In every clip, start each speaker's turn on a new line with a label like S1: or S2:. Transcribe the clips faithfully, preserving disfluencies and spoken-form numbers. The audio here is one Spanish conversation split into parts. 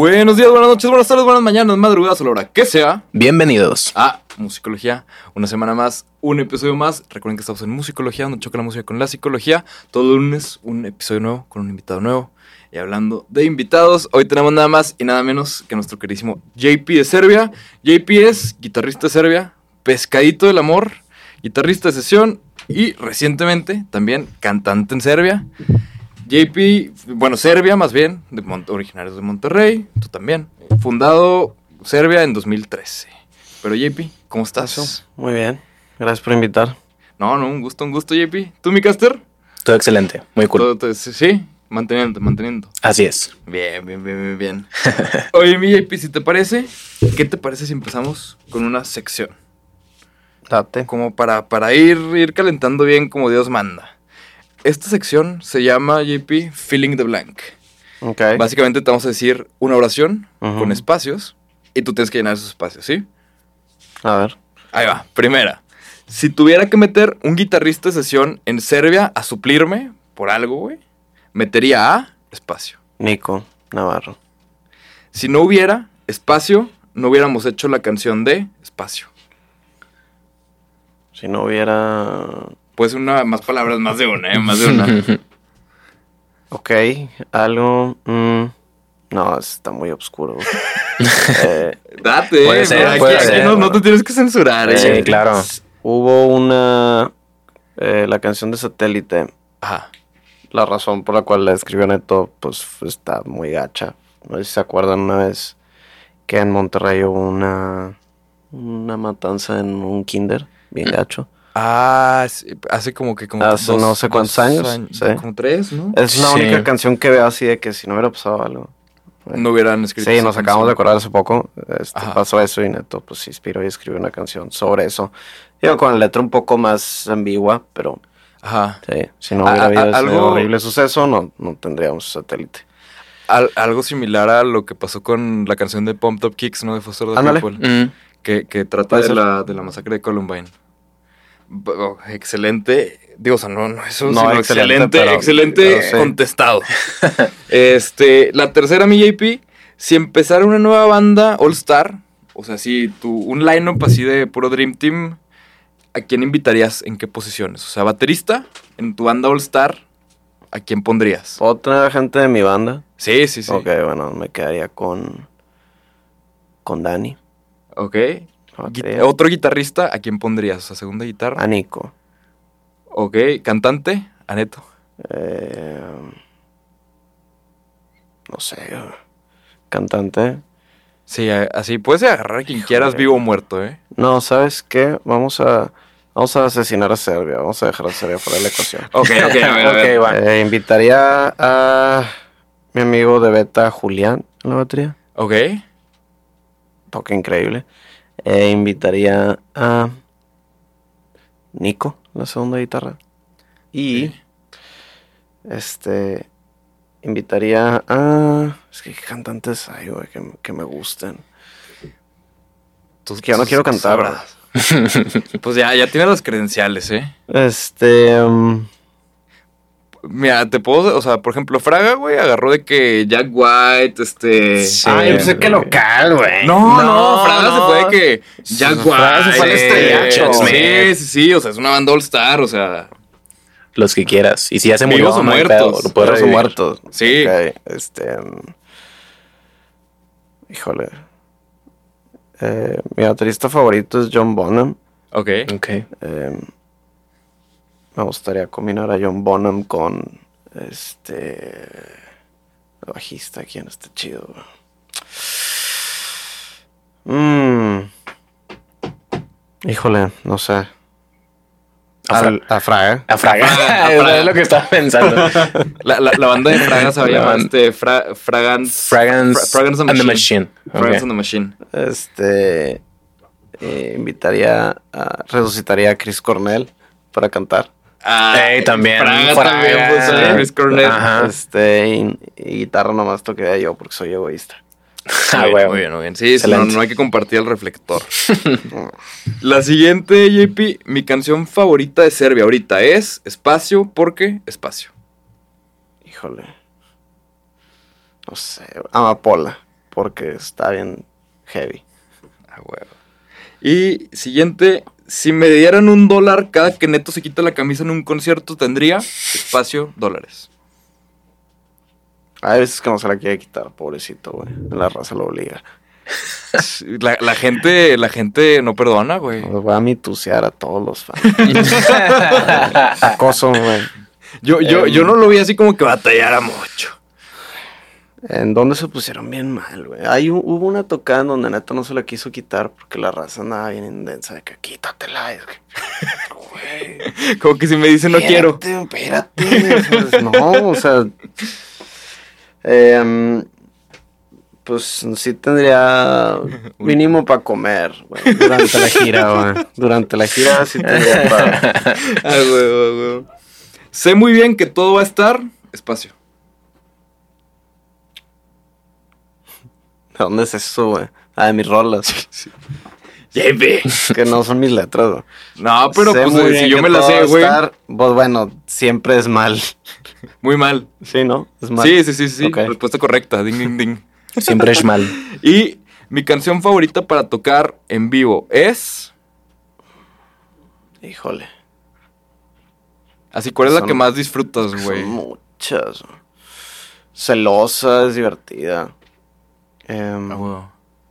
S1: Buenos días, buenas noches, buenas tardes, buenas mañanas, madrugadas a la hora que sea.
S2: Bienvenidos
S1: a Musicología, una semana más, un episodio más. Recuerden que estamos en Musicología, donde choca la música con la psicología. Todo lunes, un episodio nuevo con un invitado nuevo. Y hablando de invitados, hoy tenemos nada más y nada menos que nuestro queridísimo J P de Serbia. J P es guitarrista de Serbia, pescadito del amor, guitarrista de sesión y recientemente también cantante en Serbia. J P, bueno, Serbia más bien, de Mon- originarios de Monterrey, tú también. Fundado Serbia en dos mil trece. Pero J P, ¿cómo estás?
S3: Eso, muy bien, gracias por invitar.
S1: No, no, un gusto, un gusto, J P. ¿Tú, mi caster?
S2: Todo excelente, muy cool.
S1: Todo, todo, sí, manteniendo, manteniendo.
S2: Así es.
S1: Bien, bien, bien, bien, bien. Oye, mi J P, si te parece, ¿qué te parece si empezamos con una sección?
S3: Date.
S1: Como para, para ir, ir calentando bien como Dios manda. Esta sección se llama, J P, Filling the Blank.
S3: Ok.
S1: Básicamente te vamos a decir una oración
S3: Ujú.
S1: con espacios y tú tienes que llenar esos espacios, ¿sí?
S3: A ver.
S1: Ahí va. Primera. Si tuviera que meter un guitarrista de sesión en Serbia a suplirme por algo, güey, metería a espacio.
S3: Nico Navarro.
S1: Si no hubiera espacio, no hubiéramos hecho la canción de espacio.
S3: Si no hubiera...
S1: Puede ser una, más palabras, más de una, ¿eh? Más de una.
S3: Ok, algo... mm, no, está muy oscuro. eh,
S1: Date,
S2: Puede
S1: eh,
S2: ser,
S1: aquí,
S2: puede
S1: aquí
S2: ser,
S1: no, no
S3: bueno.
S1: te tienes que censurar, ¿eh?
S2: Sí, claro.
S3: hubo una... eh, la canción de Satélite.
S1: Ajá.
S3: La razón por la cual la escribió Neto, pues está muy gacha. No sé si se acuerdan una vez que en Monterrey hubo una... Una matanza en un kinder, bien gacho.
S1: Ah, sí, hace como que como
S3: Hace no sé cuántos años, sí.
S1: como tres, ¿no?
S3: Es la
S2: Sí.
S3: única canción que veo así de que si no hubiera pasado algo.
S1: No hubieran escrito.
S3: Sí,
S1: esa
S3: nos acabamos de
S1: canción.
S3: acordar hace poco. Este,
S1: Ajá.
S3: pasó eso y Neto pues se inspiró y escribió una canción sobre eso. Digo, con la letra un poco más ambigua, pero
S1: Ajá.
S3: sí, si no
S1: A-
S3: hubiera
S1: a-
S3: habido ese
S1: algo-
S3: horrible suceso, no, no tendríamos Satélite.
S1: Al- algo similar a lo que pasó con la canción de Pumped Up Kicks, ¿no? De Foster the
S3: Ándale.
S1: People.
S2: Mm.
S1: Que, que trata
S3: Puede
S1: de
S3: ser.
S1: la, de la masacre de Columbine. B- oh, excelente. Digo, o sea, no, no eso,
S3: No,
S1: sino
S3: excelente,
S1: excelente,
S3: pero-
S1: excelente
S3: pero sí.
S1: contestado. este, la tercera, mi J P, si empezara una nueva banda All Star, o sea, si tu, un line-up así de puro Dream Team, ¿a quién invitarías? ¿En qué posiciones? O sea, baterista, en tu banda All Star, ¿a quién pondrías?
S3: ¿Puedo tener gente de mi banda?
S1: Sí, sí, sí.
S3: Ok, bueno, me quedaría con... Con Dani.
S1: Ok.
S3: Batería.
S1: Gui- Otro guitarrista, ¿a quién pondrías? O sea, segunda guitarra.
S3: A Nico.
S1: Ok. Cantante, Aneto.
S3: Eh, no sé. Cantante.
S1: Sí, a- así puedes agarrar a quien quieras, vivo o muerto, ¿eh?
S3: No, ¿sabes qué? Vamos a... Vamos a asesinar a Serbia. Vamos a dejar a Serbia fuera de la ecuación.
S1: Ok, ok, a ver, a ver.
S2: Ok, va.
S3: Eh, invitaría a mi amigo de Beta, Julián, a la batería.
S1: Ok.
S3: Toca increíble. Eh, invitaría a Nico, la segunda guitarra. Y
S1: Ok.
S3: este invitaría a... Es que ¿qué cantantes hay, güey, que, que me gusten?
S1: Tú-
S3: Es que yo no
S1: tú
S3: quiero cantar.
S1: sabrás. Pues ya, ya tienes las credenciales, ¿eh?
S3: Este... um,
S1: Mira, te puedo, o sea, por ejemplo, Fraga, güey, agarró de que Jack White, este...
S2: Sí.
S3: ah, yo pensé que
S2: güey.
S3: local, güey.
S1: No, no,
S2: No,
S1: Fraga se
S2: no.
S1: fue de que Jack
S3: Fraga se
S1: White,
S3: fue al
S1: este,
S3: estrellato.
S1: sí, sí, sí, o sea, es una banda All Star, o sea,
S2: Los que quieras. Y si ya se murió,
S1: Vivos o
S2: no hay
S1: muertos.
S2: pedo, lo puedes
S3: Perros o
S2: revivir.
S3: muertos.
S1: Sí.
S3: Ok, este... um, híjole. Eh, mi baterista favorito es John Bonham.
S1: ok.
S2: Ok.
S3: Eh, me gustaría combinar a John Bonham con este el bajista, quien está chido. Mm. Híjole, no sé.
S2: A Fra-
S3: Al- a Fraga.
S2: A Fraga.
S1: A
S2: Eso
S1: Fraga.
S2: es lo que estaba pensando.
S1: La, la, la banda de Fraga se
S2: La
S1: llama
S2: banda-
S1: este, Fra, Fragance...
S2: Fragrance,
S1: Fra- Fragrance and
S2: and the
S1: Machine.
S2: Machine.
S1: Fragrance
S2: Ok.
S1: and the Machine.
S3: Este eh, invitaría a resucitaría a Chris Cornell para cantar.
S1: Ah,
S2: Ey, también,
S1: Fraga,
S2: Fraga.
S1: también, pues, eh, Chris Cornell.
S2: Ajá.
S3: Este y, y guitarra nomás toqué yo porque soy egoísta.
S2: Ah,
S1: Muy bien,
S2: huevo.
S1: muy bien, muy bien. Sí, sí, no,
S2: Excelente.
S1: no hay que compartir el reflector. La siguiente, J P, mi canción favorita de Serbia ahorita es Espacio, porque Espacio.
S3: Híjole. No sé. Amapola. porque está bien heavy.
S1: Ah, huevo. Y siguiente, si me dieran un dólar cada que Neto se quita la camisa en un concierto, tendría espacio dólares.
S3: Hay veces que no se la quiere quitar, pobrecito, güey. La raza lo obliga.
S1: La, la gente, la gente no perdona, güey.
S3: Los voy a mitusear a todos los fans. Acoso, güey.
S1: Yo, yo,
S3: Eh,
S1: yo no lo vi así como que batallara mucho.
S3: ¿En dónde se pusieron bien mal, güey? Hay un- hubo una tocada en donde Neto no se la quiso quitar porque la raza andaba bien intensa de que quítatela. Es que, güey,
S1: Como que si me dicen no quiero.
S3: espérate, espérate. O sea, no, o sea... eh, pues sí tendría mínimo para comer, güey, durante la gira, güey. Durante la gira sí tendría para...
S1: Ah, huevo, ah, huevo. Sé muy bien que todo va a estar espacio.
S3: ¿De dónde es eso, güey? Ah, de mis rolas.
S1: Lleve.
S3: Que no son mis letras, güey.
S1: No, pero
S3: Sé
S1: pues
S3: muy
S1: eh,
S3: bien
S1: si yo
S3: que
S1: me la
S3: todo
S1: sé,
S3: va a
S1: güey.
S3: estar, pues bueno, siempre es mal.
S1: Muy mal.
S3: Sí, ¿no? Es mal.
S1: Sí, sí, sí, sí.
S3: Ok.
S1: Respuesta correcta. Ding, ding, ding.
S2: Siempre es mal.
S1: Y mi canción favorita para tocar en vivo es...
S3: Híjole.
S1: Así, ¿cuál es la
S3: Son-
S1: que más disfrutas, güey?
S3: Son muchas. güey. Celosa, es divertida. Em,
S1: Ah, huevo.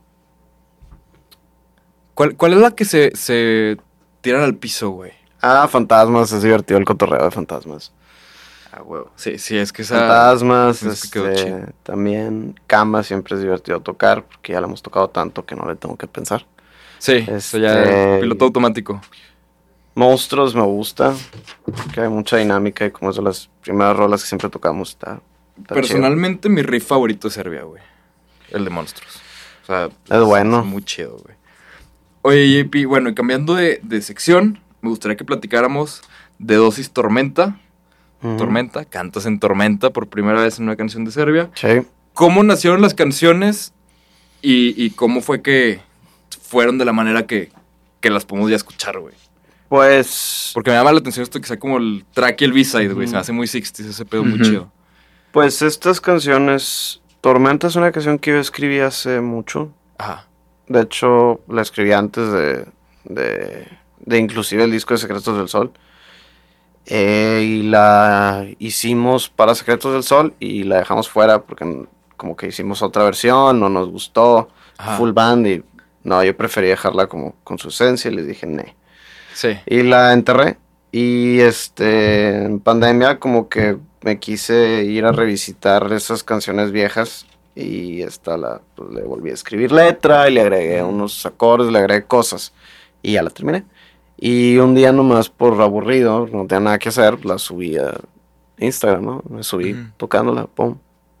S1: ¿Cuál, ¿Cuál es la que se, se tiran al piso, güey?
S3: ah, Fantasmas, es divertido el cotorreo de Fantasmas.
S1: Ah, huevo. Sí, sí, es que esa...
S3: Fantasmas,
S1: es que quedó
S3: este,
S1: chido.
S3: también Cama siempre es divertido tocar porque ya la hemos tocado tanto que no le tengo que pensar.
S1: Sí, eso ya
S3: Este-
S1: piloto automático.
S3: Monstruos me gusta, que hay mucha dinámica y como es de las primeras rolas que siempre tocamos, está, está
S1: Personalmente, mi riff favorito es Serbia, güey. El de monstruos. O sea,
S3: Es bueno.
S1: Es muy chido, güey. Oye, J P, bueno, y cambiando de, de sección, me gustaría que platicáramos de Dosis Tormenta.
S3: chido. Ujú.
S1: Tormenta, cantas en Tormenta por primera vez en una canción de Serbia.
S3: Sí.
S1: ¿Cómo nacieron las canciones y, y cómo fue que fueron de la manera que, que las podemos ya escuchar, güey?
S3: Pues,
S1: Porque me llama la atención esto que sea como el track y el B-side, güey.
S3: Ujú.
S1: Se me hace muy sixties ese pedo muy
S2: Ujú.
S1: chido.
S3: pues estas canciones, Tormenta es una canción que yo escribí hace mucho.
S1: Ajá.
S3: De hecho, la escribí antes de, de, de inclusive el disco de Secretos del Sol. Eh, y la hicimos para Secretos del Sol y la dejamos fuera porque como que hicimos otra versión, no nos gustó,
S1: Ajá.
S3: full band y no, yo preferí dejarla como con su esencia y les dije, ne.
S1: Sí.
S3: Y la enterré. Y este, en pandemia como que me quise ir a revisitar esas canciones viejas. Y esta la, pues, le volví a escribir letra y le agregué unos acordes, le agregué cosas. Y ya la terminé. Y un día nomás por aburrido, no tenía nada que hacer, la subí a Instagram, ¿no? Me subí
S1: Ujú.
S3: tocándola, pum.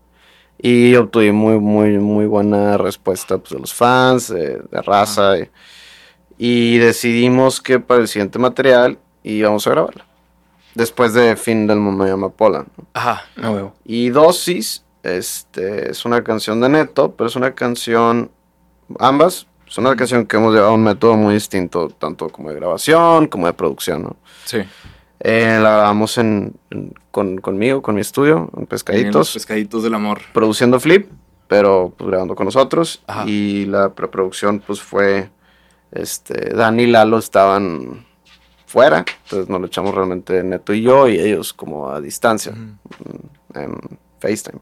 S3: Y obtuve muy, muy, muy buena respuesta pues, de los fans, de, de raza. Y, y decidimos que para el siguiente material íbamos a grabarla. Después de Fin del Mundo de Amapola, ¿no?
S1: Ajá.
S2: A huevo.
S3: Y Dosis, este, es una canción de Neto, pero es una canción, ambas, es una canción que hemos llevado a un método muy distinto, tanto como de grabación, como de producción, ¿no?
S1: Sí.
S3: Eh, la grabamos en, en- con, conmigo, con mi estudio, en
S1: En los
S3: Pescaditos,
S1: pescaditos del amor.
S3: produciendo Flip, pero pues, grabando con nosotros.
S1: Ajá.
S3: Y la preproducción, pues fue, este, Dani y Lalo estaban fuera, entonces nos lo echamos realmente Neto y yo, y ellos como a distancia,
S1: Ujú.
S3: en FaceTime.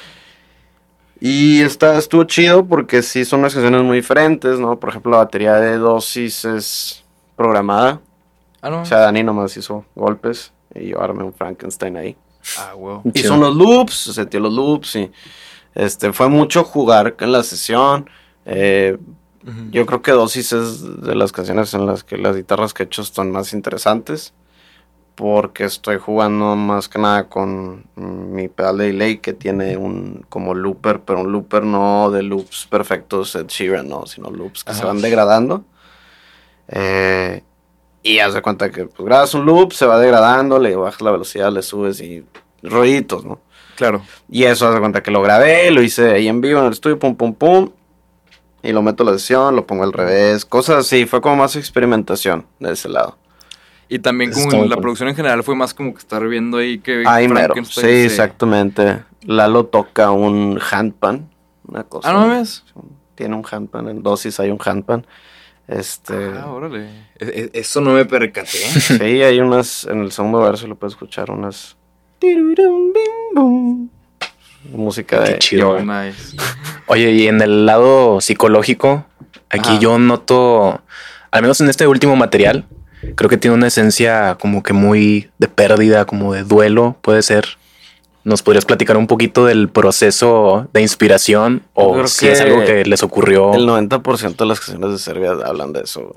S3: Y está, estuvo chido porque sí son unas canciones muy diferentes, ¿no? Por ejemplo, la batería de Dosis es programada.
S1: Ah, no.
S3: O sea, Dani nomás hizo golpes y yo armé un Frankenstein ahí.
S1: Ah, huevo.
S3: Hizo
S2: Chido.
S3: unos loops, se setió los loops y este, fue mucho jugar en la sesión. Eh,
S1: Ujú.
S3: yo creo que Dosis es de las canciones en las que las guitarras que he hecho son más interesantes. Porque estoy jugando más que nada con mm, mi pedal de delay que tiene un como looper, pero un looper no de loops perfectos Ed Sheeran, no, sino loops que se
S1: Ajá.
S3: van degradando. Eh, y haz de cuenta que pues, grabas un loop, se va degradando, le bajas la velocidad, le subes y rollitos, ¿no?
S1: Claro.
S3: Y eso haz de cuenta que lo grabé, lo hice ahí en vivo en el estudio, pum, pum, pum. Y lo meto a la sesión, lo pongo al revés, cosas así. Fue como más experimentación de ese lado.
S1: Y también
S2: Eso
S1: como
S2: está muy
S1: la
S2: cool.
S1: producción en general fue más como que estar viendo ahí que
S3: Ahí mero. Sí,
S1: Frankenstein se-
S3: exactamente. Lalo toca un handpan. una cosa.
S1: Ah, no mames.
S3: Tiene un handpan, en Dosis hay un handpan. Este...
S1: Ah, órale. E- e- Eso no me percaté.
S3: Sí, hay unas, en el segundo verso lo puedes escuchar, unas... tirurum, bim, bum. Música
S2: Qué
S3: de...
S2: chido.
S3: yo-
S1: Nice.
S2: Oye, y en el lado psicológico, aquí
S1: Ajá.
S2: yo noto, al menos en este último material, creo que tiene una esencia como que muy de pérdida, como de duelo, puede ser. ¿Nos podrías platicar un poquito del proceso de inspiración
S3: Yo
S2: o
S3: creo
S2: si es
S3: que
S2: algo que les ocurrió?
S3: El noventa por ciento de las canciones de Serbia hablan de eso.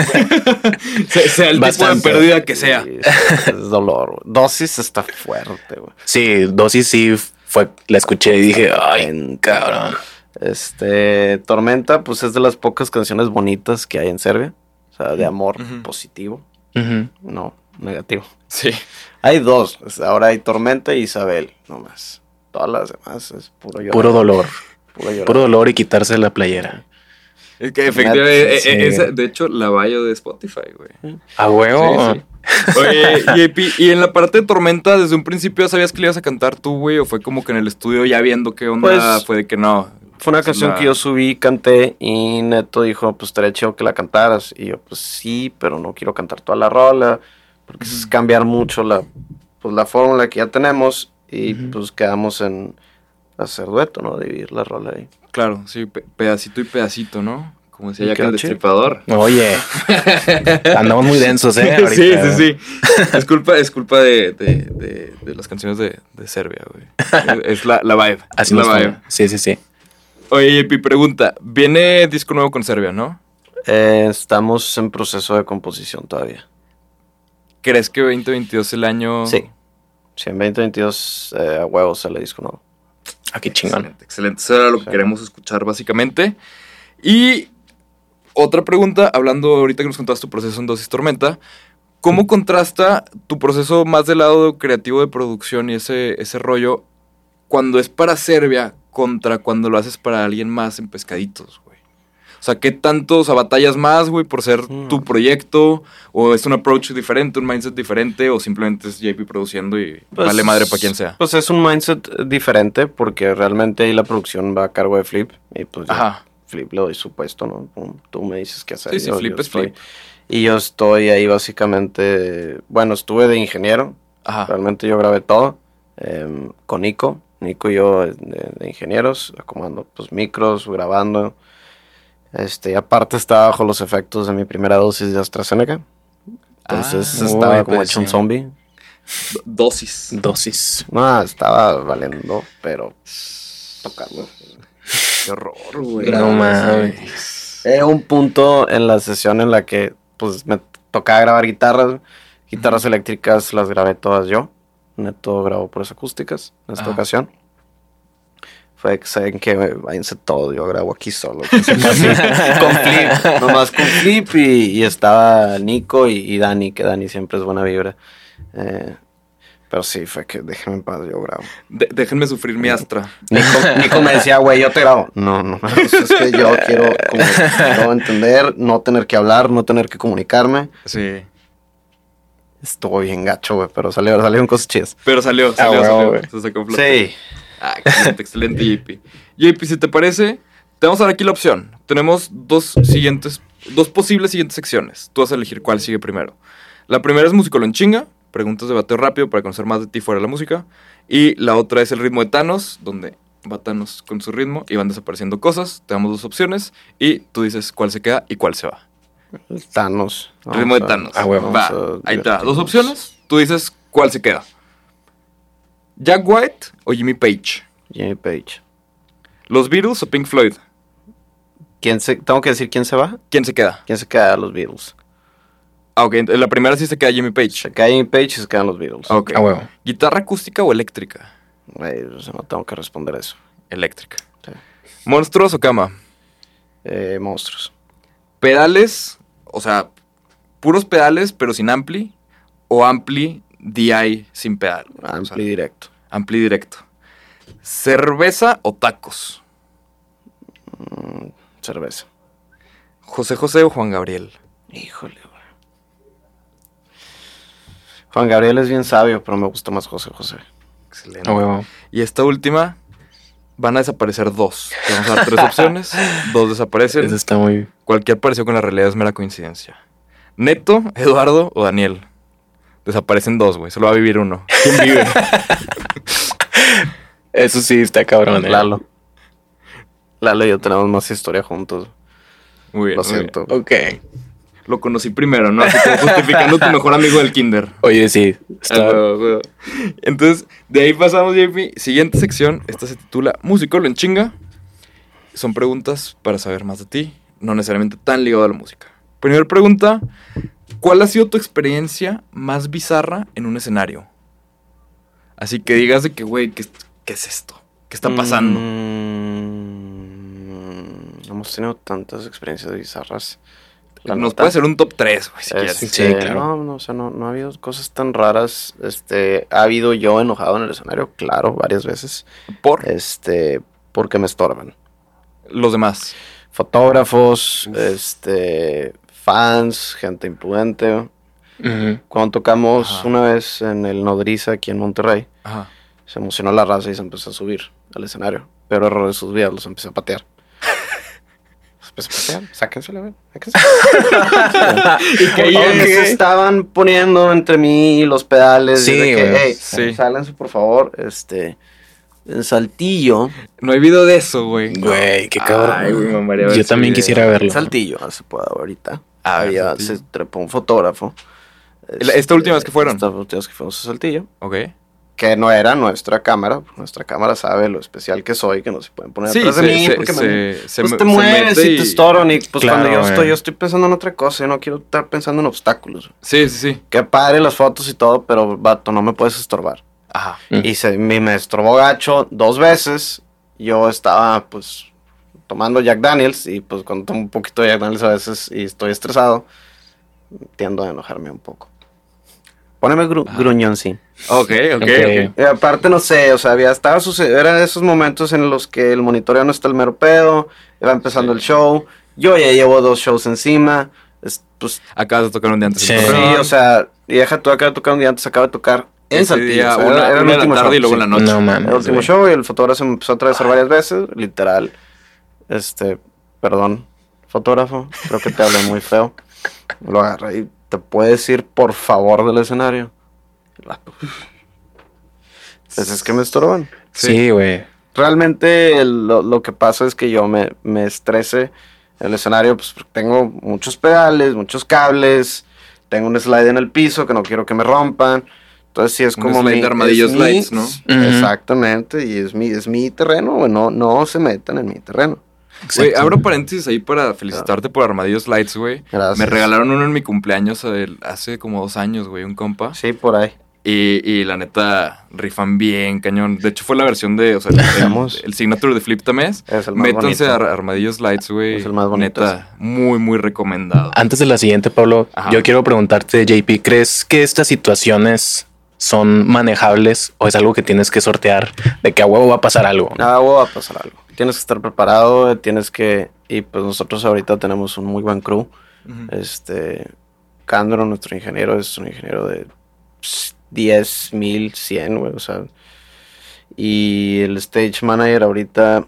S1: Se- sea el
S2: Bastante.
S1: tipo de pérdida que sea.
S3: Sí, es, es dolor, güey. Dosis está fuerte, güey.
S2: Sí, Dosis sí fue, la escuché y dije, ay,
S3: En-
S2: cabrón.
S3: Este, Tormenta, pues es de las pocas canciones bonitas que hay en Serbia. O sea, de amor
S1: Ujú.
S3: positivo,
S2: Ujú.
S3: no negativo.
S1: Sí.
S3: Hay dos, o sea, ahora hay Tormenta y Isabel, nomás. Todas las demás es puro llorar.
S2: Puro dolor,
S3: Puro llorar.
S2: puro dolor y quitarse la playera.
S1: Es que efectivamente,
S2: Sí.
S1: eh, eh, esa- de hecho, la bio de Spotify, güey.
S2: A huevo.
S1: Sí, sí. Oye, J P, y en la parte de Tormenta, ¿desde un principio sabías que le ibas a cantar tú, güey? ¿O fue como que en el estudio ya viendo qué onda
S3: Pues,
S1: fue de que no?
S3: Fue una
S1: Es
S3: canción
S1: la-
S3: que yo subí, canté y Neto dijo, pues estaría chido que la cantaras. Y yo, pues sí, pero no quiero cantar toda la rola, porque es cambiar mucho la, pues, la fórmula que ya tenemos y
S2: Ujú.
S3: pues quedamos en hacer dueto, ¿no? Dividir la rola ahí.
S1: Claro, sí, pe- pedacito y pedacito, ¿no? Como decía
S3: Y
S1: ya que el
S3: quedó chido.
S1: destripador.
S2: Oye, andamos muy densos, ¿eh?
S1: Sí,
S2: Ahorita.
S1: sí, sí. Es culpa, es culpa de, de, de, de las canciones de, de Serbia, güey. Es, es la, la vibe.
S2: Así
S1: la
S2: nos
S1: vibe.
S2: fue. Sí, sí, sí.
S1: Oye, J P, pregunta. Viene disco nuevo con Serbia, ¿no?
S3: Eh, estamos en proceso de composición todavía.
S1: ¿Crees que veinte veintidós es el año?
S3: Sí. Si en veinte veintidós eh, a huevos sale disco nuevo.
S2: Aquí chingón.
S1: Excelente, excelente. Eso era lo que
S3: Sí.
S1: queremos escuchar, básicamente. Y otra pregunta, hablando ahorita que nos contaste tu proceso en Dosis Tormenta, ¿cómo contrasta tu proceso más del lado creativo de producción y ese, ese rollo cuando es para Serbia contra cuando lo haces para alguien más en Pescaditos, güey? O sea, ¿qué tanto, o sea, batallas más, güey, por ser
S3: Mm.
S1: tu proyecto? ¿O es un approach diferente, un mindset diferente? ¿O simplemente es J P produciendo y
S3: Pues,
S1: vale madre para quien sea?
S3: Pues es un mindset diferente porque realmente ahí la producción va a cargo de Flip y pues yo
S1: Ajá.
S3: Flip le doy su puesto, ¿no? Pum, Tú me dices qué hacer.
S1: Sí, sí,
S3: yo-
S1: Flip
S3: yo
S1: es
S3: estoy-
S1: Flip.
S3: Y yo estoy ahí básicamente, bueno, estuve de ingeniero,
S1: Ajá.
S3: realmente yo grabé todo em, con Nico, Nico y yo de, de ingenieros, acomodando pues micros, grabando. Este, y aparte estaba bajo los efectos de mi primera dosis de AstraZeneca. Entonces
S1: Ah,
S3: estaba
S2: uy,
S3: como
S2: pues
S3: hecho un
S2: sí.
S3: zombie.
S1: Do- Dosis.
S2: Dosis.
S3: No, estaba valiendo, pero tocando.
S1: Qué horror, güey.
S2: No mames.
S3: Era un punto en la sesión en la que pues me tocaba grabar guitarras. Guitarras eléctricas las grabé todas yo. Neto grabó por acústicas en esta
S1: Ajá.
S3: ocasión. Fue que saben que váyanse todo, yo grabo aquí solo. Que sepa así, con Flip, nomás con Flip y, y estaba Nico y, y Dani, que Dani siempre es buena vibra. Eh, pero sí, fue que déjenme en paz, yo grabo.
S1: De- déjenme sufrir mi Astra.
S3: Nico, Nico me decía, güey, yo te grabo. No, no, pues es que yo quiero, como, quiero entender, no tener que hablar, no tener que comunicarme.
S1: Sí.
S3: Estuvo bien gacho, güey, pero salió, salieron cosas chidas.
S1: Pero salió, salió,
S2: huevo,
S1: salió.
S2: güey.
S1: Se sacó a flote.
S3: Sí.
S1: Ah, excelente, excelente, J P. J P, si te parece, te vamos a dar aquí la opción. Tenemos dos siguientes, dos posibles siguientes secciones. Tú vas a elegir cuál sigue primero. La primera es Musicolo en chinga, preguntas de bateo rápido para conocer más de ti fuera de la música. Y la otra es el ritmo de Thanos, donde va Thanos con su ritmo y van desapareciendo cosas. Te damos dos opciones y tú dices cuál se queda y cuál se va.
S3: Thanos.
S1: Ritmo de
S3: Vamos a-
S1: Thanos.
S2: Ah, huevo.
S1: Va,
S3: vamos a
S1: ahí está. Dos
S3: divertirnos.
S1: opciones. Tú dices cuál se queda. Jack White o Jimmy Page.
S3: Jimmy Page.
S1: Los Beatles o Pink Floyd.
S3: ¿Quién se, tengo que decir quién se va?
S1: ¿Quién se queda?
S3: ¿Quién se queda? Los Beatles.
S1: Ah, ok. En la primera sí se queda Jimmy Page.
S3: Se queda Jimmy Page y se quedan los Beatles.
S1: Ok.
S2: A huevo.
S1: ¿Guitarra acústica o eléctrica?
S3: Güey, o sea, no tengo que responder eso.
S1: Eléctrica.
S3: Sí.
S1: ¿Monstruos o cama?
S3: Eh, monstruos.
S1: ¿Pedales? O sea, puros pedales pero sin ampli. ¿O ampli D I sin pedal?
S3: Ampli
S1: O sea,
S3: directo.
S1: ampli directo. ¿Cerveza o tacos?
S3: Mm, cerveza.
S1: ¿José José o Juan Gabriel?
S3: Híjole, güey. Juan Gabriel es bien sabio, pero me gusta más José José.
S1: Excelente.
S2: A huevo.
S1: Y esta última, van a desaparecer dos. Te vamos a dar tres opciones. Dos desaparecen.
S2: Eso está muy...
S1: Cualquier parecido con la realidad es mera coincidencia. Neto, Eduardo o Daniel. Desaparecen dos, güey. Solo va a vivir uno. ¿Quién vive?
S2: Eso sí está cabrón, ¿eh?
S3: Lalo. Lalo y yo tenemos más historia juntos.
S1: Muy bien.
S3: Lo
S1: muy bien.
S3: siento.
S2: Ok.
S1: Lo conocí primero, ¿no? Así como justificando tu mejor amigo del kinder.
S2: Oye, sí. Está...
S1: Ah, huevo, huevo. Entonces, de ahí pasamos, J P. Siguiente sección. Esta se titula Músico en chinga. Son preguntas para saber más de ti. No necesariamente tan ligado a la música. Primera pregunta. ¿Cuál ha sido tu experiencia más bizarra en un escenario? Así que digas de que, güey, ¿qué, ¿qué es esto? ¿Qué está pasando?
S3: Mm, hemos tenido tantas experiencias bizarras. La
S1: Nos
S3: neta.
S1: puede ser un top tres, güey, si
S3: Este,
S1: quieres.
S2: Sí, claro.
S3: No, no, o sea, no, no ha habido cosas tan raras. Este, ha habido yo enojado en el escenario, claro, varias veces.
S1: Por
S3: Este, porque me estorban.
S1: los demás.
S3: Fotógrafos,
S1: Uf.
S3: este, fans, gente imprudente.
S2: Ujú.
S3: Cuando tocamos
S1: Ajá.
S3: una vez en el Nodriza aquí en Monterrey,
S1: Ajá.
S3: se emocionó la raza y se empezó a subir al escenario. Pero error de sus vidas, los empecé a patear. Los empecé a patear, sáquensela, güey, sáquensela.
S1: Y caí en
S3: Porque se
S1: ese-
S3: estaban poniendo entre mí y los pedales.
S2: Sí,
S3: y de que,
S2: güey.
S3: hey,
S1: Sí.
S3: sálense, por favor. Este, en Saltillo,
S1: No hay video de eso, güey.
S2: Güey, qué cabrón.
S1: Ay, güey, me mamaría ver
S2: Yo
S1: ese
S2: también
S1: video.
S2: quisiera verlo.
S3: en Saltillo, no se puede ahorita.
S1: Ah,
S3: Había,
S1: Saltillo.
S3: se trepó un fotógrafo.
S1: ¿La- esta última vez que fueron?
S3: Esta última vez que fuimos a Saltillo.
S1: Ok.
S3: Que no era nuestra cámara. Nuestra cámara sabe lo especial que soy, que no se pueden poner
S1: Sí,
S3: atrás de
S1: se-
S3: mí.
S1: se-
S3: porque
S1: se-
S3: me,
S1: se
S3: pues
S1: me-
S3: te
S1: se
S3: mueves
S1: mete
S3: y
S1: y-
S3: te estorban. Y pues
S2: Claro,
S3: cuando yo
S2: güey.
S3: estoy, yo estoy pensando en otra cosa. Yo no quiero estar pensando en obstáculos.
S1: Sí, sí, sí.
S3: Que padre las fotos y todo, pero vato, no me puedes estorbar.
S1: Ajá.
S2: Mm.
S3: Y se, me, me estorbó gacho dos veces. Yo estaba, pues, tomando Jack Daniels. Y pues, cuando tomo un poquito de Jack Daniels a veces y estoy estresado, tiendo a enojarme un poco. Poneme gru
S1: Ah.
S3: gruñón, sí.
S1: Ok, ok,
S2: Ok.
S1: ok.
S3: Y aparte, no sé, o sea, había estaba sucediendo. Era de esos momentos en los que el monitoreo no está el mero pedo. Iba empezando
S1: Sí.
S3: el show. Yo ya llevo dos shows encima. Es, pues,
S1: Acabas de tocar un día antes.
S2: Sí.
S1: en
S3: sí,
S1: Torreón.
S3: o sea, y deja tú acaba de tocar un día antes, acaba de tocar en
S1: Ese
S3: Saltillo.
S1: día,
S3: o sea,
S1: una,
S3: era- era el
S1: una de
S3: último
S1: la tarde
S3: show,
S1: y luego
S3: sí.
S1: en la noche.
S2: No mames.
S3: El último
S2: güey.
S3: show y el fotógrafo se me empezó a atravesar varias veces, literal. Este, perdón, fotógrafo, creo que te hablé muy feo. Lo agarré y te puedes ir por favor del escenario. El vato, Pues es que me estorban.
S2: Sí, güey.
S3: Realmente el- lo, lo que pasa es que yo me, me estrese en el escenario, pues porque tengo muchos pedales, muchos cables, tengo un slide en el piso que no quiero que me rompan. Entonces sí es
S1: Un
S3: como
S1: slide
S3: mi-
S1: de armadillo
S3: es mi-
S1: slides, ¿no?
S2: Ujú.
S3: Exactamente, y es mi, es mi terreno, güey, no, no se metan en mi terreno.
S1: Güey,
S2: Exacto.
S1: abro paréntesis ahí para felicitarte por Armadillos Lights, güey.
S3: Gracias.
S1: Me regalaron uno en mi cumpleaños el- hace como dos años, güey, un compa.
S3: Sí, por ahí.
S1: Y, y la neta, rifan bien, cañón. De hecho, fue la versión de, o sea, el,
S3: Vamos.
S1: el, el signature de Flip Tamés.
S3: Es el más
S1: Métanse
S3: bonito.
S1: a Armadillos Lights, güey.
S3: Es el más bonito,
S1: Neta, muy, muy recomendado.
S2: Antes de la siguiente, Pablo,
S1: Ajá.
S2: yo quiero preguntarte, J P, ¿crees que estas situaciones son manejables o es algo que tienes que sortear de que a huevo va a pasar algo?
S3: Nada, va a pasar algo. Tienes que estar preparado, tienes que... Y pues nosotros ahorita tenemos un muy buen crew.
S1: Ujú.
S3: Este... Candro, nuestro ingeniero, es un ingeniero de diez mil cien, güey, o sea... Y el stage manager ahorita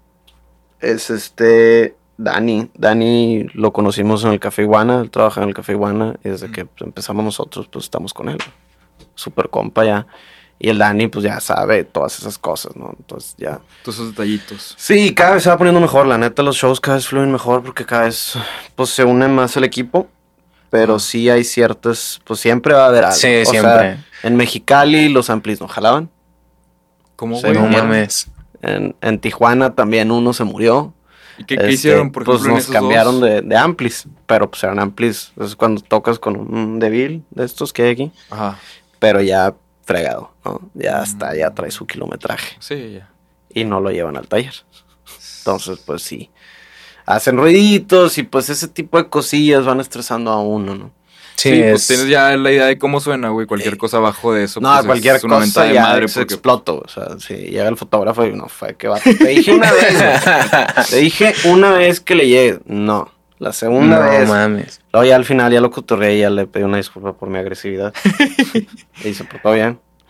S3: es este... Dani. Dani lo conocimos en el Café Iguana, él trabaja en el Café Iguana y desde que pues, empezamos nosotros, pues estamos con él. Super compa ya. Y el Dani, pues ya sabe todas esas cosas, ¿no? Entonces ya...
S1: Todos esos detallitos.
S3: Sí, cada vez se va poniendo mejor, la neta los shows cada vez fluyen mejor porque cada vez pues se une más el equipo, pero
S1: Ah.
S3: sí hay ciertas, pues siempre va a haber algo.
S2: Sí,
S3: O sea,
S2: siempre.
S3: en Mexicali los amplis no jalaban,
S1: ¿Cómo,
S3: Sí,
S1: güey?
S2: No
S3: bien.
S2: mames.
S3: en, en Tijuana también uno se murió.
S1: ¿Y qué,
S3: Este,
S1: qué hicieron, por
S3: pues
S1: ejemplo, en
S3: nos
S1: esos
S3: cambiaron
S1: dos?
S3: de, de amplis, pero pues eran amplis, es cuando tocas con un débil de estos que hay aquí,
S1: Ajá,
S3: pero ya fregado, ¿no? Ya está, ya
S1: Mm.
S3: trae su kilometraje.
S1: sí, ya.
S3: Y no lo llevan al taller. Entonces, pues sí. Hacen ruiditos y pues ese tipo de cosillas van estresando a uno, ¿no?
S2: Sí,
S1: Sí,
S2: es...
S1: pues tienes ya la idea de cómo suena, güey. Cualquier cosa abajo de eso.
S3: No,
S1: pues, es
S3: cualquier
S1: una
S3: cosa
S1: mentada de
S3: ya
S1: madre
S3: se
S1: porque
S3: exploto. O sea, si llega el fotógrafo y no fue que va. Te dije una vez, güey. Te dije una vez que le llegue. No. La segunda
S2: no
S3: vez.
S2: mames.
S3: Luego ya al final ya lo cotorreé y ya le pedí una disculpa por mi agresividad. Y se portó bien.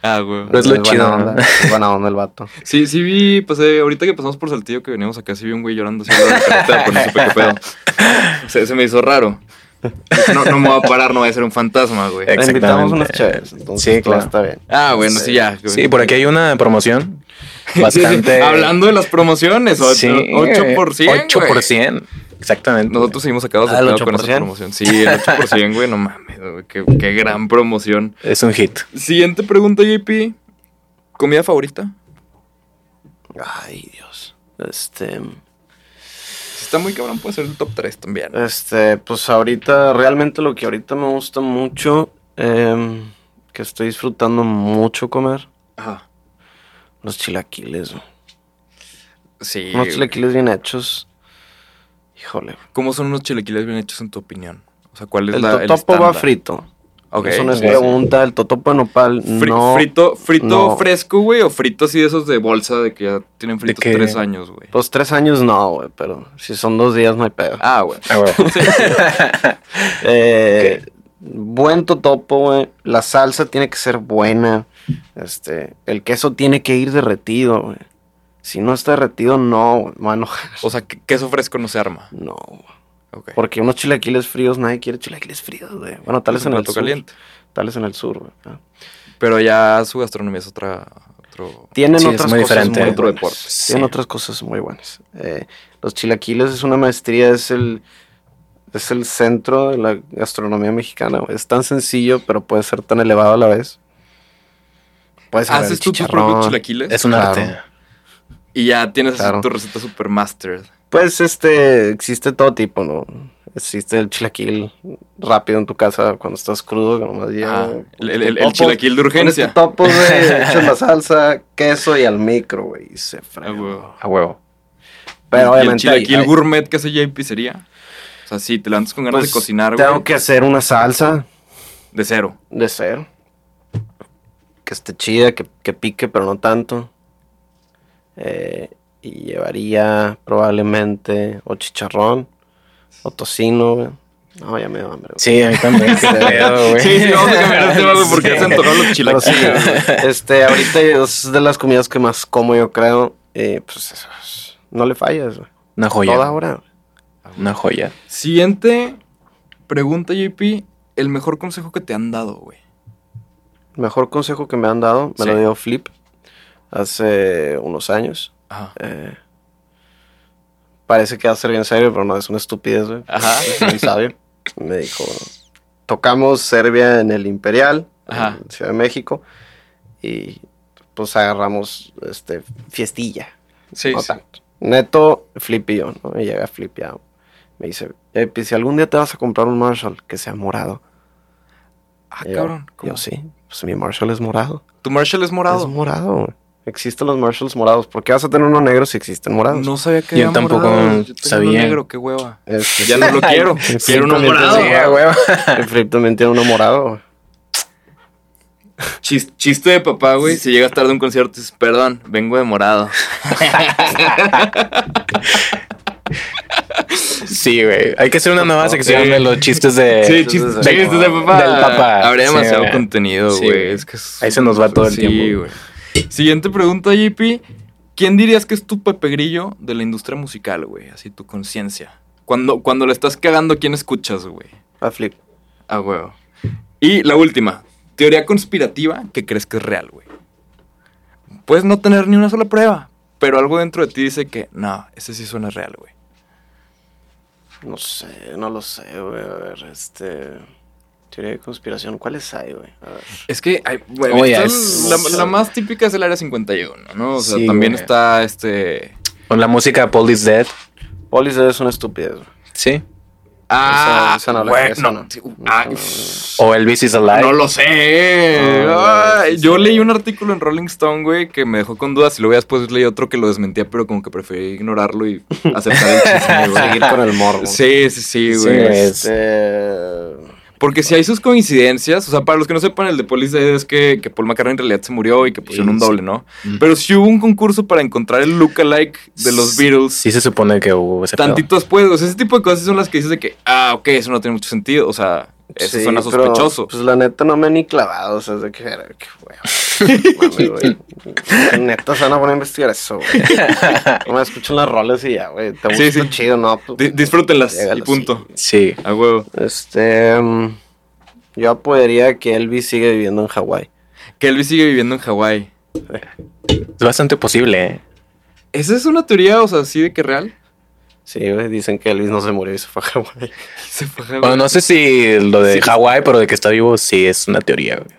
S1: Ah, güey.
S2: Pero es lo
S3: buena
S2: chido,
S3: onda,
S2: ¿no?
S3: es buena onda el vato.
S1: Sí, sí vi, pasé, ahorita que pasamos por Saltillo que veníamos acá, sí vi un güey llorando así en la carretera, pero no supe qué pedo. Se, se me hizo raro. No, no me voy a parar, no voy a ser un fantasma, güey.
S2: Eh,
S3: Le invitamos unas
S2: Exactamente.
S3: chéves, entonces
S2: Sí,
S3: todo
S2: claro.
S3: está bien.
S1: Ah, bueno, sí, ya.
S2: Sí, por aquí hay una promoción
S1: Sí,
S2: bastante...
S1: sí. Hablando de las promociones, ocho,
S2: Sí,
S1: ocho por ciento.
S2: ocho por ciento, exactamente.
S1: Nosotros seguimos sacados de
S3: Ah, el
S1: pedo
S3: ocho
S1: con
S3: por
S1: esa
S3: ciento.
S1: promoción. Sí, el ocho por ciento, güey, no mames, güey, qué, qué gran promoción.
S2: Es un hit.
S1: Siguiente pregunta, J P. ¿Comida favorita?
S3: Ay, Dios. Este...
S1: Si está muy cabrón, puede ser el top tres también.
S3: Este, pues ahorita, realmente lo que ahorita me gusta mucho, em, que estoy disfrutando mucho comer,
S1: Ajá.
S3: los chilaquiles, güey.
S1: Sí.
S3: Unos chilaquiles bien hechos. Híjole.
S1: ¿Cómo son unos chilaquiles bien hechos en tu opinión? O sea, ¿cuál es
S3: El
S1: la el
S3: totopo va
S1: estándar?
S3: frito.
S1: Ok.
S3: Eso no es
S2: ok.
S3: pregunta. El totopo de nopal
S1: Fri-
S3: no.
S1: frito frito
S3: no.
S1: fresco, güey, o frito así de esos de bolsa de que ya tienen fritos
S2: que-
S1: tres años, güey.
S3: Pues tres años no, güey. Pero si son dos días no hay pedo.
S1: Ah, güey.
S2: Ah, huevo.
S3: Eh, Buen totopo, güey. La salsa tiene que ser buena. Este, el queso tiene que ir derretido, güey. Si no está derretido, no, güey, me va a enojar.
S1: O sea, que- queso fresco no se arma.
S3: No, güey.
S1: Ok.
S3: Porque unos chilaquiles fríos, nadie quiere chilaquiles fríos, güey. Bueno, tal vez
S1: Es un
S3: en el
S1: plato
S3: sur.
S1: caliente.
S3: Tal vez en el sur, güey. Ah.
S1: Pero ya su gastronomía es otra... Otro...
S3: Tienen
S2: Sí, es
S3: otras
S2: muy
S3: cosas
S2: diferente.
S3: muy
S1: Otro
S3: buenas.
S1: deporte.
S3: Tienen
S2: Sí.
S3: otras cosas muy buenas. Eh, los chilaquiles es una maestría, es el, es el centro de la gastronomía mexicana, güey. Es tan sencillo, pero puede ser tan elevado a la vez. Puedes saber
S1: ¿Haces
S3: el
S1: tú tus
S3: chicharrón.
S1: propios chilaquiles?
S2: Es un
S3: Claro.
S2: arte.
S1: Y ya tienes así
S3: Claro.
S1: tu receta super mastered.
S3: Pues este, existe todo tipo, ¿no? Existe el chilaquil rápido en tu casa cuando estás crudo, que nomás llega.
S1: Ajá. El, el- el
S3: topos,
S1: chilaquil de urgencia.
S3: Pones tu topo, güey, echas la salsa, queso y al micro, güey, y se
S1: Ah,
S3: frega.
S1: güey.
S2: A huevo.
S3: Pero
S1: ¿Y
S3: obviamente
S1: el
S3: hay-
S1: chilaquil
S3: hay-
S1: gourmet que hace J P sería? O sea, sí, te lanzas con ganas
S3: pues,
S1: de cocinar,
S3: tengo
S1: güey.
S3: que hacer una salsa
S1: De cero.
S3: de cero. Que esté chida, que, que pique, pero no tanto. Eh, y llevaría probablemente o chicharrón o tocino, güey. No, ya me dio hambre, güey.
S2: Sí, a mí también. Qué pedo, güey.
S1: Sí, sí, vamos a cambiar de tema, güey, porque
S2: Sí.
S1: ya se antojaron los
S3: Pero sí,
S1: chilaquiles.
S3: este, ahorita es de las comidas que más como, yo creo. Eh, pues eso es- no le fallas, güey.
S2: Una joya.
S3: Toda hora.
S2: Una joya.
S1: Siguiente pregunta, J P. El mejor consejo que te han dado, güey.
S3: Mejor consejo que me han dado, me
S1: Sí.
S3: lo dio Flip hace unos años.
S1: Ajá.
S3: Eh, parece que va a ser bien serio, pero no, es una estupidez, güey.
S1: Ajá.
S3: Es muy sabio. Me dijo, tocamos Serbia en el Imperial,
S1: Ajá.
S3: en Ciudad de México, y pues agarramos este fiestilla.
S1: Sí,
S3: no
S1: sí.
S3: tanto. Neto, Flip y yo, ¿no? Me llega Flip ya. Me dice, "Eh, pues, si algún día te vas a comprar un Marshall que sea morado."
S1: Ah,
S3: Y yo,
S1: cabrón.
S3: Yo,
S1: ¿cómo?
S3: sí, pues mi Marshall es morado.
S1: ¿Tu Marshall es morado?
S3: Es morado, güey. Existen los Marshalls morados. ¿Por qué vas a tener uno negro si existen morados?
S1: No sabía que
S2: Yo
S1: había
S2: tampoco
S1: morados. Yo tengo
S2: sabía.
S1: uno negro, qué hueva.
S3: Este,
S1: Ya no lo quiero.
S3: Sí,
S1: Quiero uno
S3: también
S1: morado.
S3: tengo-
S2: Sí, a huevo.
S3: El Flip también tiene uno morado, güey.
S1: Chis- chiste de papá, güey. Si llegas tarde a un concierto, dices, perdón, vengo de morado.
S2: Sí, güey. Hay que hacer una nueva sección
S1: Sí.
S2: de los chistes de...
S1: Sí,
S3: de-
S1: chistes,
S3: de-
S1: chistes de papá.
S2: del papá.
S1: Habría
S2: Sí,
S1: demasiado
S2: güey.
S1: contenido,
S2: Sí,
S1: güey.
S2: güey.
S1: Es que es-
S2: Ahí se nos va todo el
S1: sí,
S2: tiempo.
S1: güey. Siguiente pregunta, J P. ¿Quién dirías que es tu Pepe Grillo de la industria musical, güey? Así tu conciencia. Cuando, cuando le estás cagando, ¿quién escuchas, güey?
S3: A Flip.
S1: Ah, huevo. Y la última. Teoría conspirativa que crees que es real, güey. Puedes no tener ni una sola prueba, pero algo dentro de ti dice que, no, ese sí suena real, güey.
S3: No sé, no lo sé, güey. A ver, este... Teoría de conspiración. ¿Cuáles hay, güey? A ver.
S1: Es que, hay, güey,
S2: Oye,
S1: está
S2: es-
S1: la, la más típica es el Área cincuenta y uno, ¿no? O sea,
S2: Sí,
S1: también
S2: güey.
S1: está este...
S2: Con la música Paul is Dead.
S3: Polis es una estupidez, güey.
S2: Sí.
S1: Ah,
S3: esa no la-
S1: güey,
S3: esa
S1: no.
S3: no.
S1: sí,
S3: No,
S1: ah,
S3: no, no.
S2: O Elvis is Alive.
S1: no lo sé.
S3: No,
S1: Ay,
S3: sí,
S1: yo
S3: sí.
S1: leí un artículo en Rolling Stone, güey, que me dejó con dudas y luego ya después leí otro que lo desmentía, pero como que preferí ignorarlo y aceptar el chisme, güey.
S3: Seguir con el morbo.
S1: Sí, sí, sí,
S2: Sí,
S1: güey.
S2: güey.
S3: Este...
S1: Porque si hay sus coincidencias, o sea, para los que no sepan, el de Police Dead es que, que Paul McCartney en realidad se murió y que pusieron
S2: Sí,
S1: un doble,
S2: sí.
S1: ¿no?
S2: Mm.
S1: Pero si hubo un concurso para encontrar el lookalike de los Beatles,
S2: Sí se supone que hubo ese pedo.
S1: tantito después, o sea, ese tipo de cosas son las que dices de que, ah, ok, eso no tiene mucho sentido, o sea, Eso
S3: Sí,
S1: suena
S3: pero,
S1: sospechoso.
S3: pues la neta no me he ni clavado, o sea, es de que, que güey. Mami, güey. Neta se van a poner a investigar eso, güey. No me escuchan las rolas y ya, güey. Te gusta
S1: Sí, sí.
S3: chido, ¿no? Pues,
S1: Di- disfrútenlas
S3: llégalo,
S1: y punto.
S2: Sí.
S1: A huevo.
S3: Este, um, yo apodaría que Elvis sigue viviendo en Hawái.
S1: Que Elvis sigue viviendo en Hawái.
S2: Es bastante posible, ¿eh?
S1: ¿Esa es una teoría, o sea, así de que real?
S3: Sí, güey, dicen que Elvis no se murió y se fue a Hawái.
S1: Se fue a Hawái.
S2: Bueno, no sé si lo de
S1: Sí.
S2: Hawái, pero de que está vivo, sí es una teoría, güey.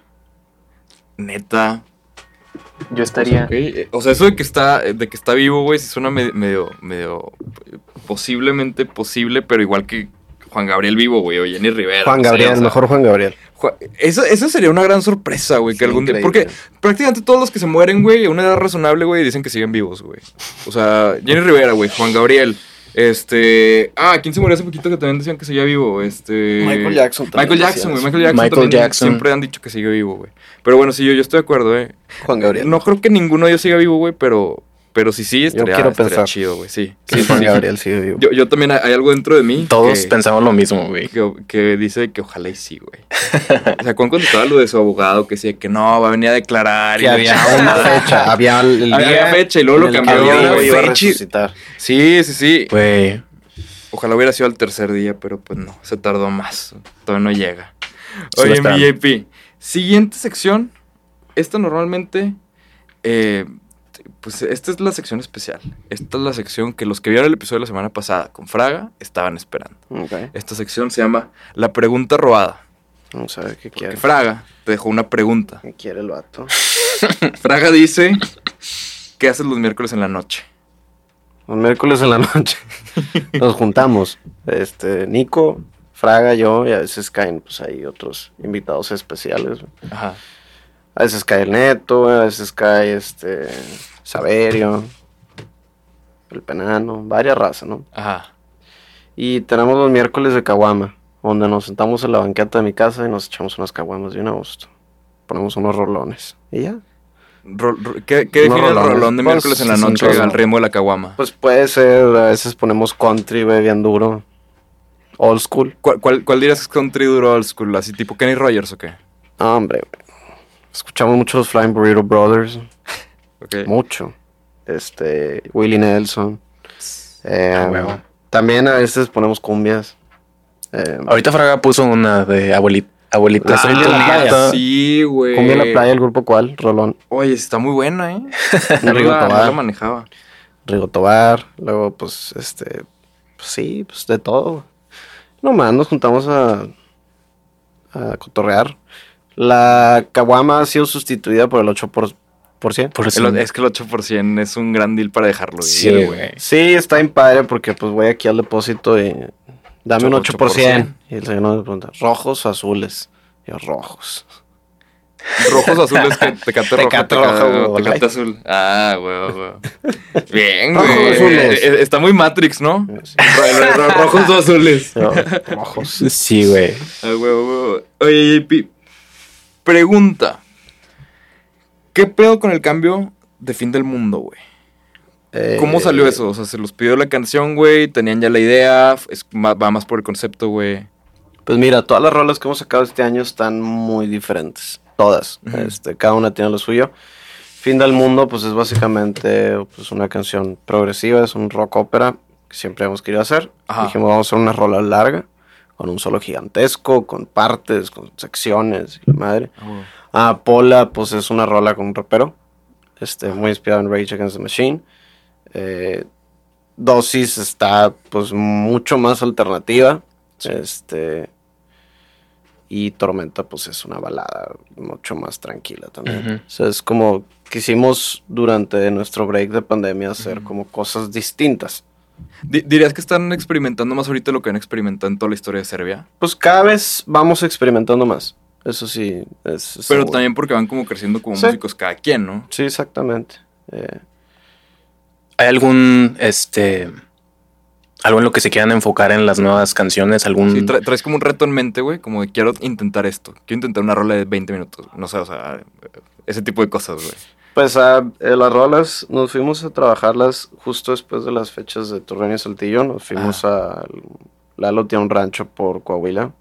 S1: Neta.
S2: Yo estaría...
S1: Ok, eh, O sea, eso de que está, de que está vivo, güey, sí suena me- medio, medio, eh, posiblemente posible, pero igual que Juan Gabriel vivo, güey, o Jenny Rivera.
S3: Juan
S1: no sé,
S3: Gabriel,
S1: o sea,
S3: mejor Juan Gabriel.
S1: Ju- Eso, eso sería una gran sorpresa, güey, que
S3: Sí,
S1: algún día...
S3: increíble.
S1: Porque prácticamente todos los que se mueren, güey, a una edad razonable, güey, dicen que siguen vivos, güey. O sea, Jenny Rivera, güey, Juan Gabriel, este... Ah, ¿quién se murió hace poquito que también decían que seguía vivo? Este...
S3: Michael Jackson también
S1: Michael
S3: decía
S1: Jackson, güey,
S3: eso.
S1: Michael Jackson
S2: Michael
S1: también
S2: Jackson.
S1: siempre han dicho que sigue vivo, güey. Pero bueno, sí, yo, yo estoy de acuerdo, eh.
S3: Juan Gabriel.
S1: No creo que ninguno de ellos siga vivo, güey, pero... Pero sí, sí, estaría,
S3: quiero
S1: estaría
S3: pensar.
S1: chido, güey, sí.
S3: Sí,
S1: Sí, sí,
S3: Juan
S1: sí.
S3: Gabriel sigue vivo.
S1: Yo, yo también, hay hay algo dentro de mí
S2: Todos
S1: que,
S2: pensamos lo mismo, güey.
S1: que, que dice que ojalá y sí, güey. O sea, cuando estaba lo de su abogado, que decía que no, va a venir a declarar.
S3: Que
S1: y la
S3: había
S1: chingada.
S3: una fecha, había el
S1: Había
S3: día
S1: fecha y luego lo
S3: en el que
S1: cambió,
S3: había
S1: güey,
S3: iba a
S1: fecha y-
S3: resucitar.
S1: Sí, sí, sí.
S2: Güey.
S1: Ojalá hubiera sido al tercer día, pero pues no, se tardó más. Todavía no llega.
S2: Sí,
S1: Oye,
S2: está.
S1: mi J P, siguiente sección. Esta normalmente, eh, pues esta es la sección especial. Esta es la sección que los que vieron el episodio de la semana pasada con Fraga estaban esperando.
S3: Ok,
S1: Esta sección se llama La Pregunta Robada.
S3: vamos a ver qué
S1: Porque
S3: quiere.
S1: Fraga te dejó una pregunta.
S3: ¿Qué quiere el vato?
S1: Fraga dice, ¿qué haces los miércoles en la noche?
S3: Un miércoles en la noche nos juntamos. Este, Nico, Fraga, yo, y a veces caen pues ahí otros invitados especiales.
S1: Ajá.
S3: A veces cae el Neto, a veces cae este Saverio, el Penano, varias razas, ¿no?
S1: Ajá.
S3: Y tenemos los miércoles de caguama, donde nos sentamos en la banqueta de mi casa y nos echamos unas caguamas bien a gusto. Ponemos unos rolones y ya.
S1: Ro- ro- ¿Qué, qué
S3: No,
S1: define el
S3: rolones.
S1: rolón de
S3: Pues,
S1: miércoles en la
S3: es un
S1: noche
S3: rolón.
S1: al ritmo de la caguama?
S3: Pues puede ser, a veces ponemos country, güey, bien duro. Old school.
S1: ¿Cuál, cuál, cuál dirías que es country duro old school? ¿Así tipo Kenny Rogers o qué?
S3: No, hombre, güey. Escuchamos mucho los Flying Burrito Brothers.
S1: Ok.
S3: Mucho. Este, Willie Nelson. Eh,
S2: Ah, huevo.
S3: también a veces ponemos cumbias. Eh,
S2: Ahorita Fraga puso una de abuelita. Abuelita.
S3: La cumbia en la
S2: Sonata.
S3: playa.
S1: Sí, güey.
S3: cumbia en la playa, el grupo cuál, Rolón.
S1: Oye, está muy buena, ¿eh?
S3: Un
S1: No
S3: Rigo
S1: la, no
S3: Tobar.
S1: la manejaba.
S3: Rigo Tobar. Luego, pues, este, pues sí, pues de todo. Nomás nos juntamos a, a cotorrear. La caguama ha sido sustituida por el ocho por ciento.
S2: Por eso.
S1: El- es que el ocho por ciento es un gran deal para dejarlo ir,
S2: Sí,
S1: güey.
S2: güey.
S3: Sí, está bien padre porque pues voy aquí al depósito y dame un ocho por ciento. Y el señor me pregunta, ¿rojos o azules? Y yo, rojos.
S1: Rojos azules que Tecate rojo.
S3: Tecate
S1: Teca-
S3: rojo, güey.
S1: Tecate azul. Ah, güey, güey. Bien,
S3: Rojos
S1: güey.
S3: o azules.
S1: Eh, eh, Está muy Matrix, ¿no?
S3: Sí.
S1: Ro- ro- Rojos o azules.
S3: Yo, rojos.
S2: Sí, güey.
S1: Ah, güey, güey. Oye, J P. Pregunta. ¿Qué pedo con el cambio de fin del mundo, güey? ¿Cómo
S3: Eh,
S1: salió eso? O sea, se los pidió la canción, güey. Tenían ya la idea. Es, ma- va más por el concepto, güey.
S3: Pues mira, todas las rolas que hemos sacado este año están muy diferentes. Todas.
S1: Ujú.
S3: este, cada una tiene lo suyo. Fin del Mundo, pues es básicamente pues, una canción progresiva, es un rock ópera que siempre hemos querido hacer.
S1: Ajá.
S3: Dijimos, vamos a hacer una rola larga, con un solo gigantesco, con partes, con secciones y la madre. Ah, Pola, pues es una rola con un rapero, este, muy inspirado en Rage Against the Machine. Eh, Dosis está pues mucho más alternativa. Este y Tormenta pues es una balada mucho más tranquila también.
S2: Ujú.
S3: O sea, es como quisimos durante nuestro break de pandemia hacer
S1: Ujú.
S3: como cosas distintas.
S1: Di- ¿Dirías que están experimentando más ahorita lo que han experimentado en toda la historia de Serbia?
S3: Pues cada vez vamos experimentando más. Eso sí, es, es
S1: Pero
S3: seguro.
S1: también porque van como creciendo como
S3: Sí.
S1: músicos cada quien, ¿no?
S3: Sí, exactamente. Eh,
S2: ¿Hay algún, este, algo en lo que se quieran enfocar en las nuevas canciones? ¿Algún...?
S1: Sí, tra- traes como un reto en mente, güey, como de quiero intentar esto. Quiero intentar una rola de veinte minutos. No sé, o sea, ese tipo de cosas, güey.
S3: Pues ah, eh, las rolas nos fuimos a trabajarlas justo después de las fechas de Torreón y Saltillo. Nos fuimos a... Lalo tiene un rancho por Coahuila.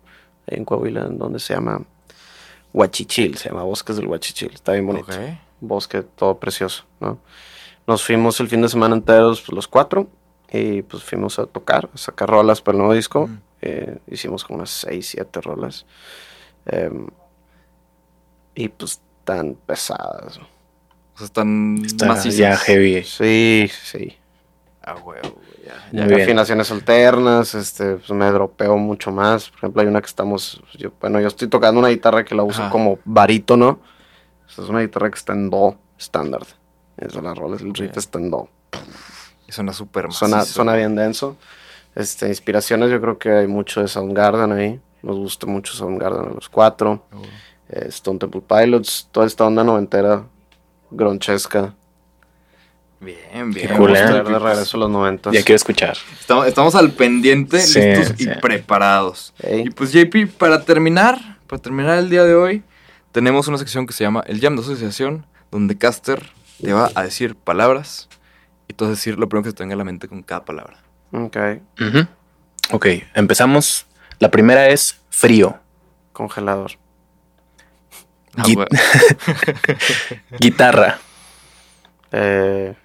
S3: ahí en Coahuila, en donde se llama Huachichil, se llama Bosques del Huachichil, está bien bonito.
S1: Ok.
S3: Bosque todo precioso, ¿no? Nos fuimos el fin de semana enteros, pues, los cuatro, y pues fuimos a tocar, a sacar rolas para el nuevo disco.
S1: Mm.
S3: Eh, hicimos como unas seis, siete rolas. Eh, y pues tan pesadas.
S1: O sea, están
S2: Está
S1: macizas.
S2: ya heavy.
S3: Sí, sí.
S1: Ah, huevo, güey, ya,
S2: Muy
S1: ya.
S2: bien.
S3: Afinaciones alternas, este, pues me dropeo mucho más. Por ejemplo, hay una que estamos, yo, bueno, yo estoy tocando una guitarra que la uso
S1: Ajá.
S3: como barítono. O sea, es una guitarra que está en do estándar. Esa la rola, el riff
S1: Ok.
S3: está en do.
S1: Y suena súper
S3: Suena,
S1: macizo.
S3: suena bien denso. Este, inspiraciones, yo creo que hay mucho de Soundgarden ahí. Nos gusta mucho Soundgarden a los cuatro.
S1: Ah, huevo.
S3: Eh, Stone Temple Pilots, toda esta onda noventera, gronchesca.
S1: Bien, bien.
S2: Qué cool,
S1: Vamos a
S2: ¿eh?
S1: ver,
S3: De, de regreso a los noventas.
S2: Ya quiero escuchar.
S1: Estamos, estamos al pendiente,
S2: Sí,
S1: listos
S2: sí.
S1: y preparados.
S3: Ey.
S1: Y pues, J P, para terminar, para terminar el día de hoy, tenemos una sección que se llama El Jam de Asociación, donde Caster te va a decir palabras y tú vas a decir lo primero que se te venga a la mente con cada palabra.
S3: Ok,
S2: Ujú. Ok, empezamos. La primera es frío.
S3: congelador.
S1: Ah,
S2: Gui-
S1: huevo.
S2: Guitarra.
S3: Eh,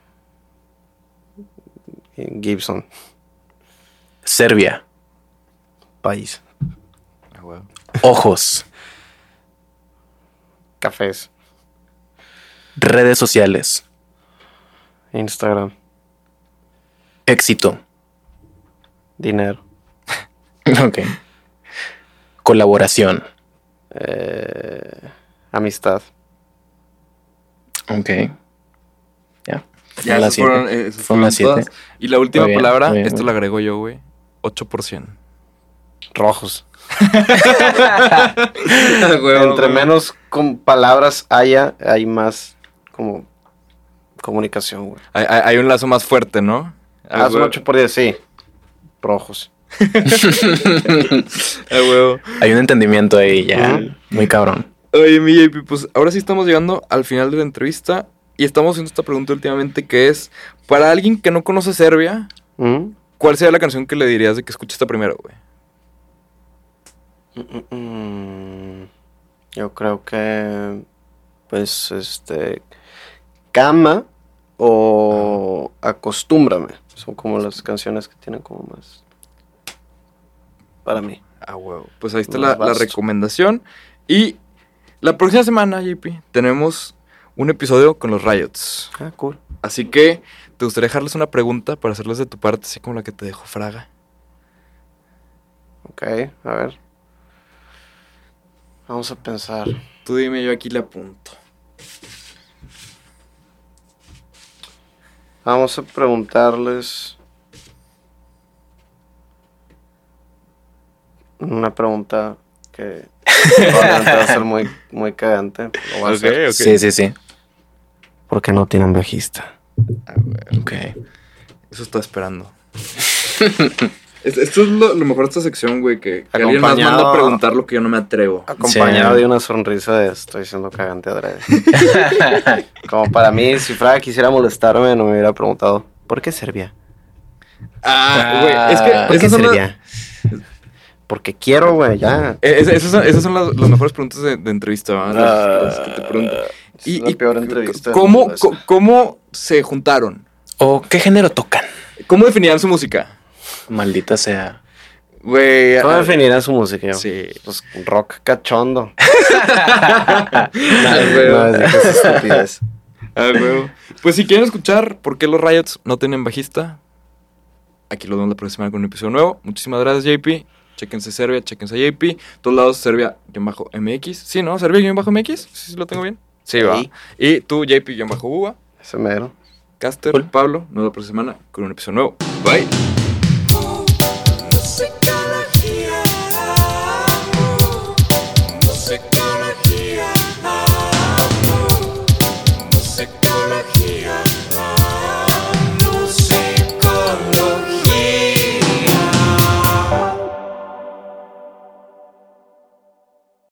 S3: Gibson.
S2: Serbia.
S3: País.
S1: Ah, huevo.
S2: Ojos.
S3: Cafés.
S2: Redes sociales.
S3: Instagram.
S2: Éxito.
S3: Dinero.
S2: Ok. Colaboración.
S3: Eh, amistad.
S2: Ok. Ya.
S1: Ya,
S2: Son las
S1: esas fueron,
S2: siete.
S1: eh, esas
S2: Son las
S1: fueron
S2: siete.
S1: todas. Y la última
S2: Muy bien,
S1: palabra,
S2: muy bien,
S1: esto
S2: muy
S1: lo
S2: bien.
S1: agrego yo, güey. ocho por ciento.
S3: Rojos.
S1: Ah, huevo,
S3: Entre
S1: güey.
S3: menos con palabras haya, hay más como comunicación, güey.
S1: Hay, hay- hay un lazo más fuerte, ¿no? Ah,
S3: Haz un
S1: huevo.
S3: ocho por diez, sí. Rojos.
S1: Ah, huevo.
S2: Hay un entendimiento ahí ya.
S3: Ujú.
S2: Muy cabrón.
S1: Oye, mi J P, pues ahora sí estamos llegando al final de la entrevista y estamos haciendo esta pregunta últimamente que es, para alguien que no conoce Serbia,
S3: ¿Mm?
S1: ¿cuál sería la canción que le dirías de que escuche esta primero, güey?
S3: Mm, mm, mm. Yo creo que, pues, este, Cama o Acostúmbrame. Son como las canciones que tienen como más, para mí.
S1: Ah, huevo. Pues ahí está
S3: Más
S1: la, la
S3: vasto.
S1: recomendación. Y la próxima semana, J P, tenemos un episodio con los Riots.
S3: Ah, cool.
S1: Así que, ¿te gustaría dejarles una pregunta para hacerles de tu parte, así como la que te dejó Fraga?
S3: Ok, a ver. Vamos a pensar.
S1: Tú dime, yo aquí le apunto.
S3: Vamos a preguntarles una pregunta que probablemente va a ser muy, muy cagante. Lo voy a hacer.
S1: Ok.
S2: Sí, sí, sí.
S3: ¿Por qué no tienen bajista?
S1: A ver,
S2: Ok.
S1: eso estaba esperando. Es- Esto es lo, lo mejor de esta sección, güey, que, que alguien más
S3: Acompañado-
S1: manda a preguntar lo que yo no me atrevo.
S3: Acompañado
S2: Sí.
S3: de una sonrisa de estoy siendo cagante adrede. Como para mí, si Fraga quisiera molestarme, no me hubiera preguntado ¿por qué Serbia?
S1: Ah, güey, es
S2: Ah.
S3: ¿Por
S1: que
S3: qué
S1: esas son, las,
S3: Serbia? Porque quiero, güey, ya.
S1: eh, es- esas son, esas son las, las mejores preguntas de, de entrevista, ¿verdad? Las, las que te preguntan.
S3: Es la peor entrevista del
S1: ¿cómo,
S3: mundo esa.
S1: co- ¿Cómo se juntaron?
S2: ¿O qué género tocan?
S1: ¿Cómo definían su música?
S2: Maldita sea.
S1: Güey,
S3: ¿Cómo
S1: ah,
S3: definirán su música?
S1: Sí.
S3: Pues rock cachondo.
S1: ah, güey.
S3: No, es esa estupidez.
S1: Ah, güey. Pues si quieren escuchar por qué los Riots no tienen bajista, aquí los vemos la próxima semana con un episodio nuevo. Muchísimas gracias, J P. Chéquense Serbia, chéquense a J P. Todos lados Serbia-M X. Sí, ¿no? ¿Serbia-M X? Sí, sí, lo tengo bien. Sí, va.
S3: Sí.
S1: Y tú, J P-Uva.
S3: Ese mero.
S1: Caster,
S2: Cool.
S1: Pablo. Nos vemos la próxima semana con un episodio nuevo. Bye.